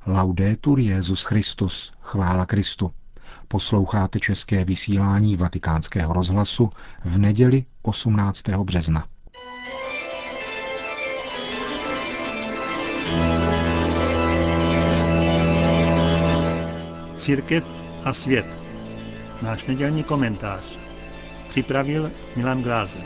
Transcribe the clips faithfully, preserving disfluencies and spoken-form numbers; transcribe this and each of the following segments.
Laudetur Jesus Christus, chvála Kristu. Posloucháte české vysílání Vatikánského rozhlasu v neděli osmnáctého března. Církev a svět. Náš nedělní komentář. Připravil Milan Glázer.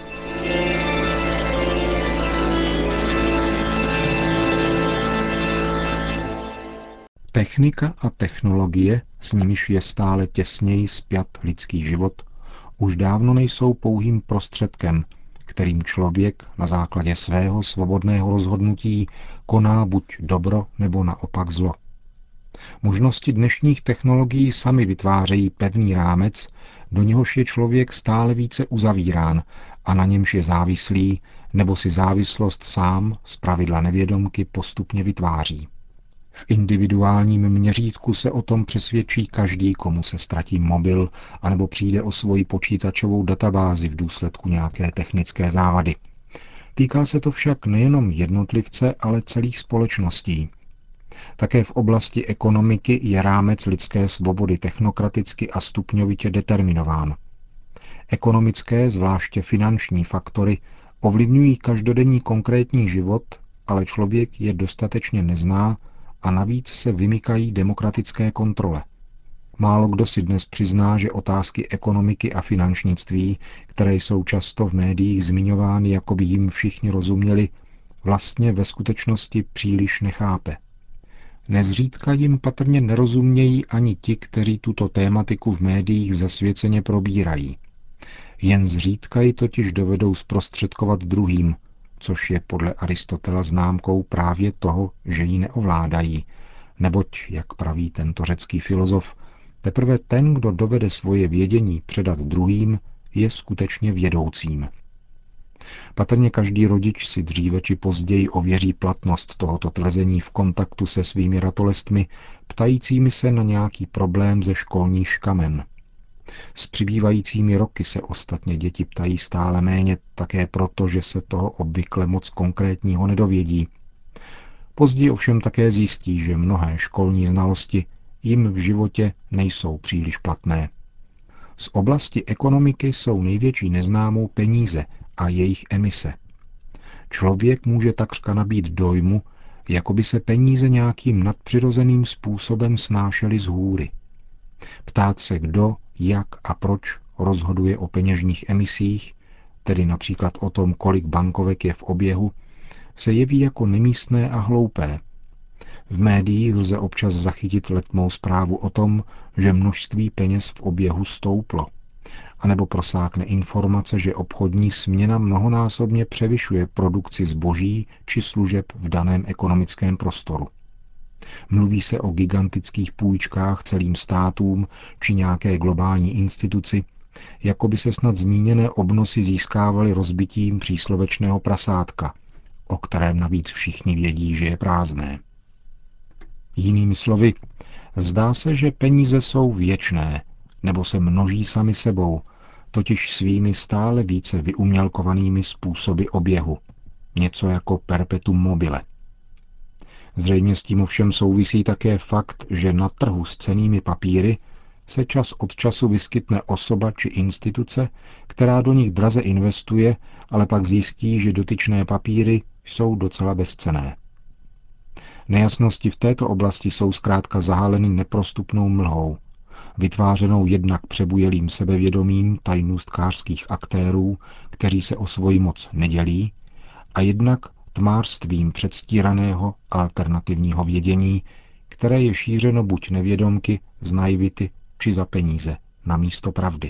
Technika a technologie, s nimiž je stále těsněji spjat lidský život, už dávno nejsou pouhým prostředkem, kterým člověk na základě svého svobodného rozhodnutí koná buď dobro nebo naopak zlo. Možnosti dnešních technologií sami vytvářejí pevný rámec, do něhož je člověk stále více uzavírán a na němž je závislý, nebo si závislost sám zpravidla nevědomky postupně vytváří. V individuálním měřítku se o tom přesvědčí každý, komu se ztratí mobil anebo přijde o svoji počítačovou databázi v důsledku nějaké technické závady. Týká se to však nejenom jednotlivce, ale celých společností. Také v oblasti ekonomiky je rámec lidské svobody technokraticky a stupňovitě determinován. Ekonomické, zvláště finanční faktory ovlivňují každodenní konkrétní život, ale člověk je dostatečně nezná a navíc se vymykají demokratické kontrole. Málo kdo si dnes přizná, že otázky ekonomiky a finančnictví, které jsou často v médiích zmiňovány, jako by jim všichni rozuměli, vlastně ve skutečnosti příliš nechápe. Nezřídka jim patrně nerozumějí ani ti, kteří tuto tématiku v médiích zasvěceně probírají. Jen zřídka ji totiž dovedou zprostředkovat druhým, což je podle Aristotela známkou právě toho, že ji neovládají, neboť, jak praví tento řecký filozof, teprve ten, kdo dovede svoje vědění předat druhým, je skutečně vědoucím. Patrně každý rodič si dříve či později ověří platnost tohoto tvrzení v kontaktu se svými ratolestmi, ptajícími se na nějaký problém ze školních škamen. S přibývajícími roky se ostatně děti ptají stále méně, také proto, že se toho obvykle moc konkrétního nedovědí. Později ovšem také zjistí, že mnohé školní znalosti jim v životě nejsou příliš platné. Z oblasti ekonomiky jsou největší neznámou peníze a jejich emise. Člověk může takřka nabít dojmu, jako by se peníze nějakým nadpřirozeným způsobem snášely z hůry. Ptát se, kdo, jak a proč rozhoduje o peněžních emisích, tedy například o tom, kolik bankovek je v oběhu, se jeví jako nemístné a hloupé. V médiích lze občas zachytit letmou zprávu o tom, že množství peněz v oběhu stouplo, anebo prosákne informace, že obchodní směna mnohonásobně převyšuje produkci zboží či služeb v daném ekonomickém prostoru. Mluví se o gigantických půjčkách celým státům či nějaké globální instituci, jako by se snad zmíněné obnosy získávaly rozbitím příslovečného prasátka, o kterém navíc všichni vědí, že je prázdné. Jinými slovy, zdá se, že peníze jsou věčné, nebo se množí sami sebou, totiž svými stále více vyumělkovanými způsoby oběhu, něco jako perpetuum mobile. Zřejmě s tím ovšem souvisí také fakt, že na trhu s cennými papíry se čas od času vyskytne osoba či instituce, která do nich draze investuje, ale pak zjistí, že dotyčné papíry jsou docela bezcenné. Nejasnosti v této oblasti jsou zkrátka zahaleny neprostupnou mlhou, vytvářenou jednak přebujelým sebevědomím tajnůstkářských aktérů, kteří se o svoji moc nedělí, a jednak tmářstvím předstíraného alternativního vědění, které je šířeno buď nevědomky, z naivity či za peníze, na místo pravdy.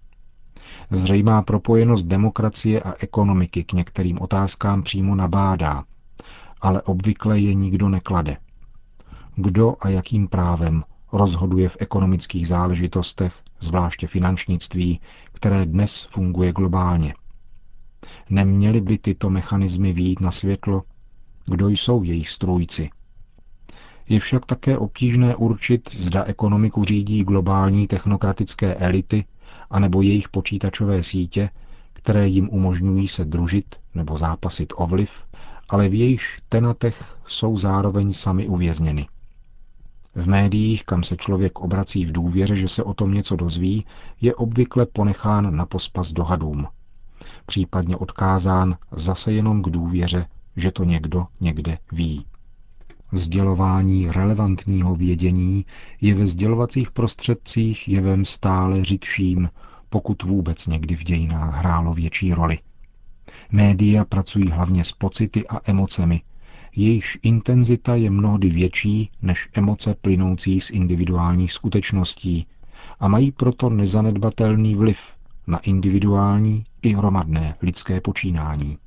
Zřejmá propojenost demokracie a ekonomiky k některým otázkám přímo nabádá, ale obvykle je nikdo neklade. Kdo a jakým právem rozhoduje v ekonomických záležitostech, zvláště finančnictví, které dnes funguje globálně? Neměly by tyto mechanismy vyjít na světlo? Kdo jsou jejich strůjci? Je však také obtížné určit, zda ekonomiku řídí globální technokratické elity anebo jejich počítačové sítě, které jim umožňují se družit nebo zápasit o vliv, ale v jejich tenatech jsou zároveň sami uvězněny. V médiích, kam se člověk obrací v důvěře, že se o tom něco dozví, je obvykle ponechán na pospas dohadům. Případně odkázán zase jenom k důvěře, že to někdo někde ví. Sdělování relevantního vědění je ve sdělovacích prostředcích jevem stále řidším, pokud vůbec někdy v dějinách hrálo větší roli. Média pracují hlavně s pocity a emocemi, jejichž intenzita je mnohdy větší než emoce plynoucí z individuálních skutečností a mají proto nezanedbatelný vliv na individuální i hromadné lidské počínání.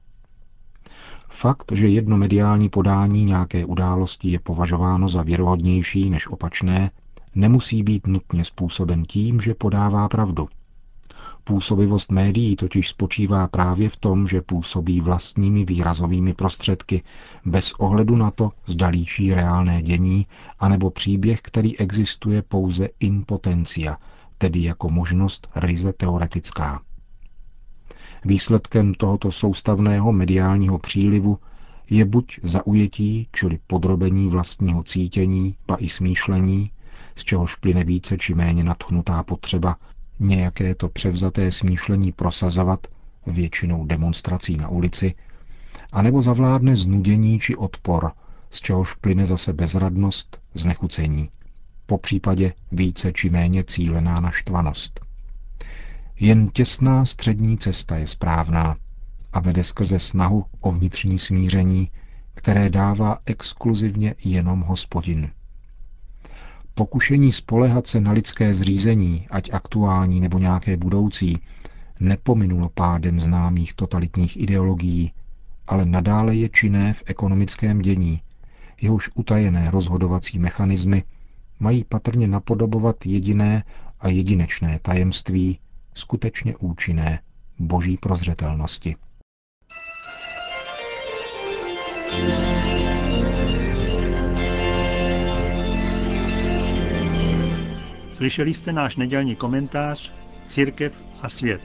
Fakt, že jedno mediální podání nějaké události je považováno za věrohodnější než opačné, nemusí být nutně způsoben tím, že podává pravdu. Působivost médií totiž spočívá právě v tom, že působí vlastními výrazovými prostředky, bez ohledu na to, zda líčí reálné dění, anebo příběh, který existuje pouze in potentia, tedy jako možnost ryze teoretická. Výsledkem tohoto soustavného mediálního přílivu je buď zaujetí, čili podrobení vlastního cítění, ba i smýšlení, z čehož plyne více či méně nadchnutá potřeba nějaké to převzaté smýšlení prosazovat, většinou demonstrací na ulici, anebo zavládne znudění či odpor, z čehož plyne zase bezradnost, znechucení, popřípadě více či méně cílená naštvanost. Jen těsná střední cesta je správná a vede skrze snahu o vnitřní smíření, které dává exkluzivně jenom Hospodin. Pokušení spoléhat se na lidské zřízení, ať aktuální nebo nějaké budoucí, nepominulo pádem známých totalitních ideologií, ale nadále je činné v ekonomickém dění, jehož utajené rozhodovací mechanismy mají patrně napodobovat jediné a jedinečné tajemství, skutečně účinné boží prozřetelnosti. Slyšeli jste náš nedělní komentář Církev a svět.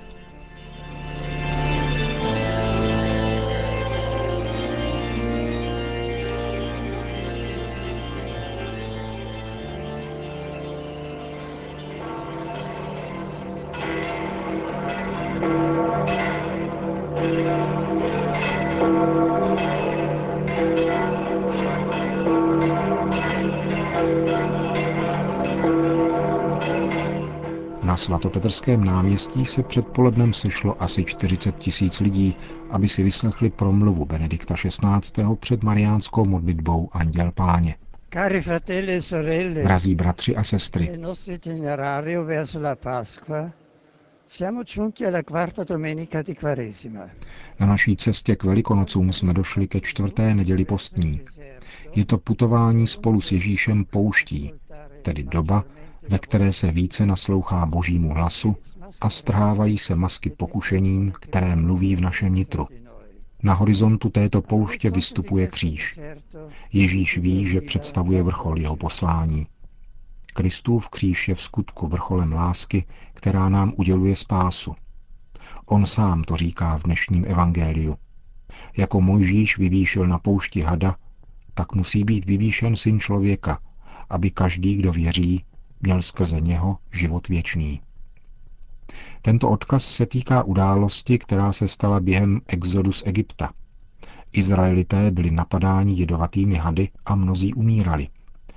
Na svatopetrském náměstí se předpolednem sešlo asi čtyřicet tisíc lidí, aby si vyslechli promluvu Benedikta šestnáctého před mariánskou modlitbou Anděl Páně. Cari fratelli e sorelle, Drazí bratři a sestry, nel nostro itinerario verso la Pasqua siamo giunti alla quarta domenica di Quaresima. na naší cestě k Velikonocům jsme došli ke čtvrté neděli postní. Je to putování spolu s Ježíšem pouští, tedy doba, ve které se více naslouchá Božímu hlasu a strhávají se masky pokušením, které mluví v našem nitru. Na horizontu této pouště vystupuje kříž. Ježíš ví, že představuje vrchol jeho poslání. Kristův kříž je v skutku vrcholem lásky, která nám uděluje spásu. On sám to říká v dnešním evangeliu. Jako Mojžíš vyvýšil na poušti hada, tak musí být vyvýšen Syn člověka, aby každý, kdo věří, měl skrze něho život věčný. Tento odkaz se týká události, která se stala během exodu z Egypta. Izraelité byli napadáni jedovatými hady a mnozí umírali.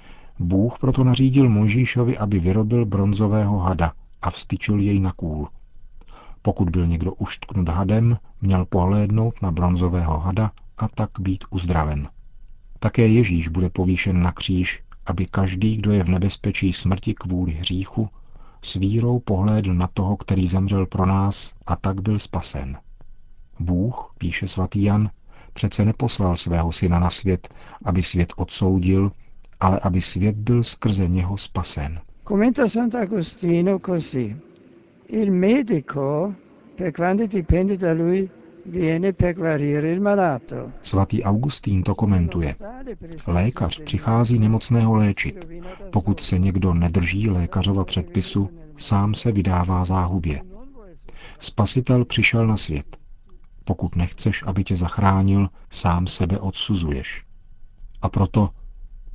Bůh proto nařídil Mojžíšovi, aby vyrobil bronzového hada a vstyčil jej na kůl. Pokud byl někdo uštknut hadem, měl pohlédnout na bronzového hada a tak být uzdraven. Také Ježíš bude povýšen na kříž, aby každý, kdo je v nebezpečí smrti kvůli hříchu, s vírou pohlédl na toho, který zemřel pro nás a tak byl spasen. Bůh, píše svatý Jan, přece neposlal svého syna na svět, aby svět odsoudil, ale aby svět byl skrze něho spasen. Commenta Sant'Agostino così: il medico, per quanto dipende da lui, viene per guarire il malato. Svatý Augustín to komentuje. Lékař přichází nemocného léčit. Pokud se někdo nedrží lékařova předpisu, sám se vydává záhubě. Spasitel přišel na svět. Pokud nechceš, aby tě zachránil, sám sebe odsuzuješ. A proto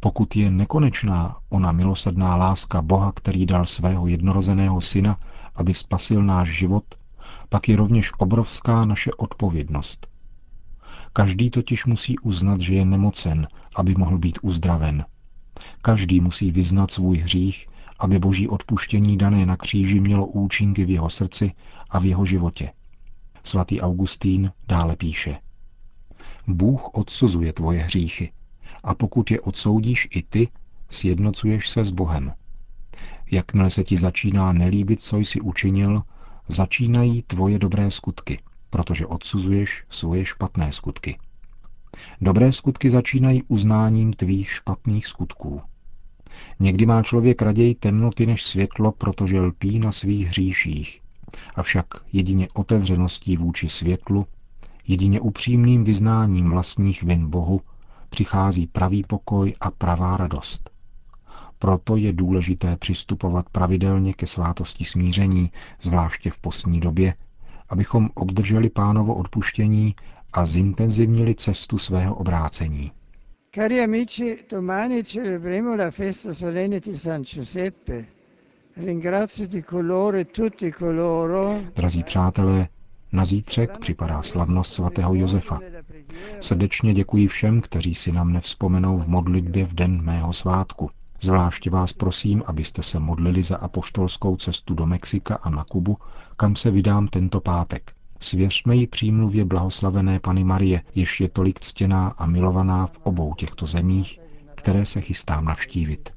Pokud je nekonečná ona milosrdná láska Boha, který dal svého jednorozeného syna, aby spasil náš život, pak je rovněž obrovská naše odpovědnost. Každý totiž musí uznat, že je nemocen, aby mohl být uzdraven. Každý musí vyznat svůj hřích, aby boží odpuštění dané na kříži mělo účinky v jeho srdci a v jeho životě. Svatý Augustín dále píše: Bůh odsuzuje tvoje hříchy a pokud je odsoudíš i ty, sjednocuješ se s Bohem. Jakmile se ti začíná nelíbit, co jsi učinil, začínají tvoje dobré skutky, protože odsuzuješ svoje špatné skutky. Dobré skutky začínají uznáním tvých špatných skutků. Někdy má člověk raději temnoty než světlo, protože lpí na svých hříších. Avšak jedině otevřeností vůči světlu, jedině upřímným vyznáním vlastních vin Bohu přichází pravý pokoj a pravá radost. Proto je důležité přistupovat pravidelně ke svátosti smíření, zvláště v postní době, abychom obdrželi Pánovo odpuštění a zintenzivnili cestu svého obrácení. Cari amici, domani celebreremo la festa solenne di San Giuseppe. Ringrazio di cuore tutti coloro. Drazí přátelé, na zítřek připadá slavnost svatého Josefa. Srdečně děkuji všem, kteří si na mne vzpomenou v modlitbě v den mého svátku. Zvláště vás prosím, abyste se modlili za apoštolskou cestu do Mexika a na Kubu, kam se vydám tento pátek. Svěřme ji přímluvě blahoslavené Panny Marie, jež je tolik ctěná a milovaná v obou těchto zemích, které se chystám navštívit.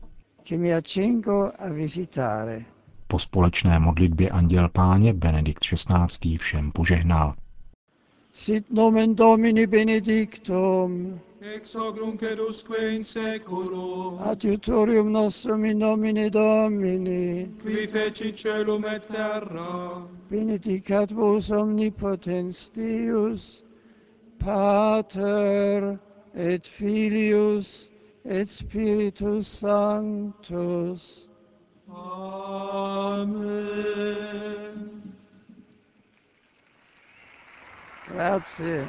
Po společné modlitbě Anděl Páně Benedikt šestnáctý všem požehnal. Sit nomen Domini benedictum, ex hoc nunc et usque in seculum, adiutorium nostrum in nomine Domini, qui feci celum et terra, benedicat vos omnipotens Deus, Pater et Filius et Spiritus Sanctus. Amen. Grazie.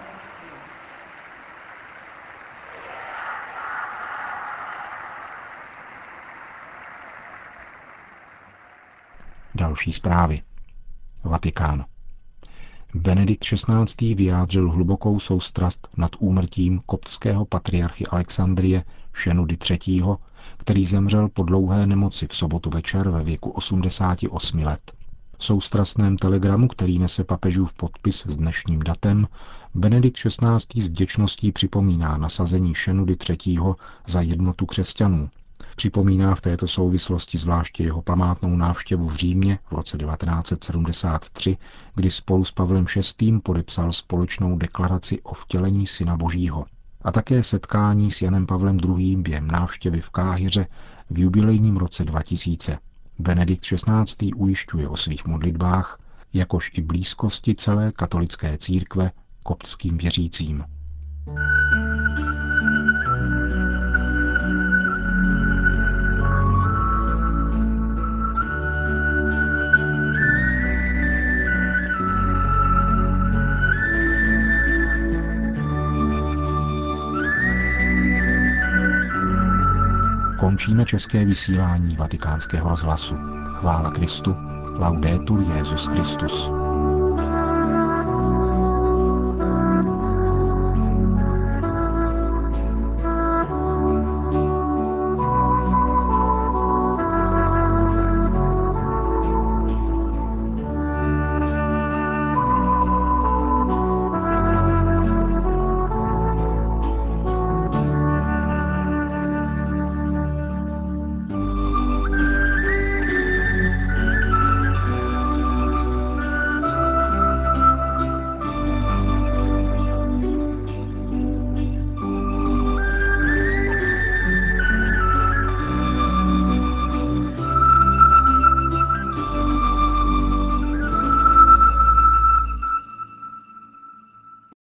Další zprávy. Vatikán. Benedikt šestnáctý vyjádřil hlubokou soustrast nad úmrtím koptského patriarchy Alexandrie Šenudy třetího., který zemřel po dlouhé nemoci v sobotu večer ve věku osmdesáti osmi let. V soustrastném telegramu, který nese papežův podpis s dnešním datem, Benedikt šestnáctý s vděčností připomíná nasazení Šenudy třetího. za jednotu křesťanů. Připomíná v této souvislosti zvláště jeho památnou návštěvu v Římě v roce devatenáct set sedmdesát tři, kdy spolu s Pavlem šestým. podepsal společnou deklaraci o vtělení Syna Božího. A také setkání s Janem Pavlem druhým. během návštěvy v Káhiře v jubilejním roce dva tisíce. Benedikt šestnáctý. ujišťuje o svých modlitbách, jakož i blízkosti celé katolické církve koptským věřícím. Končíme české vysílání Vatikánského rozhlasu. Chvála Kristu. Laudetur Jesus Christus.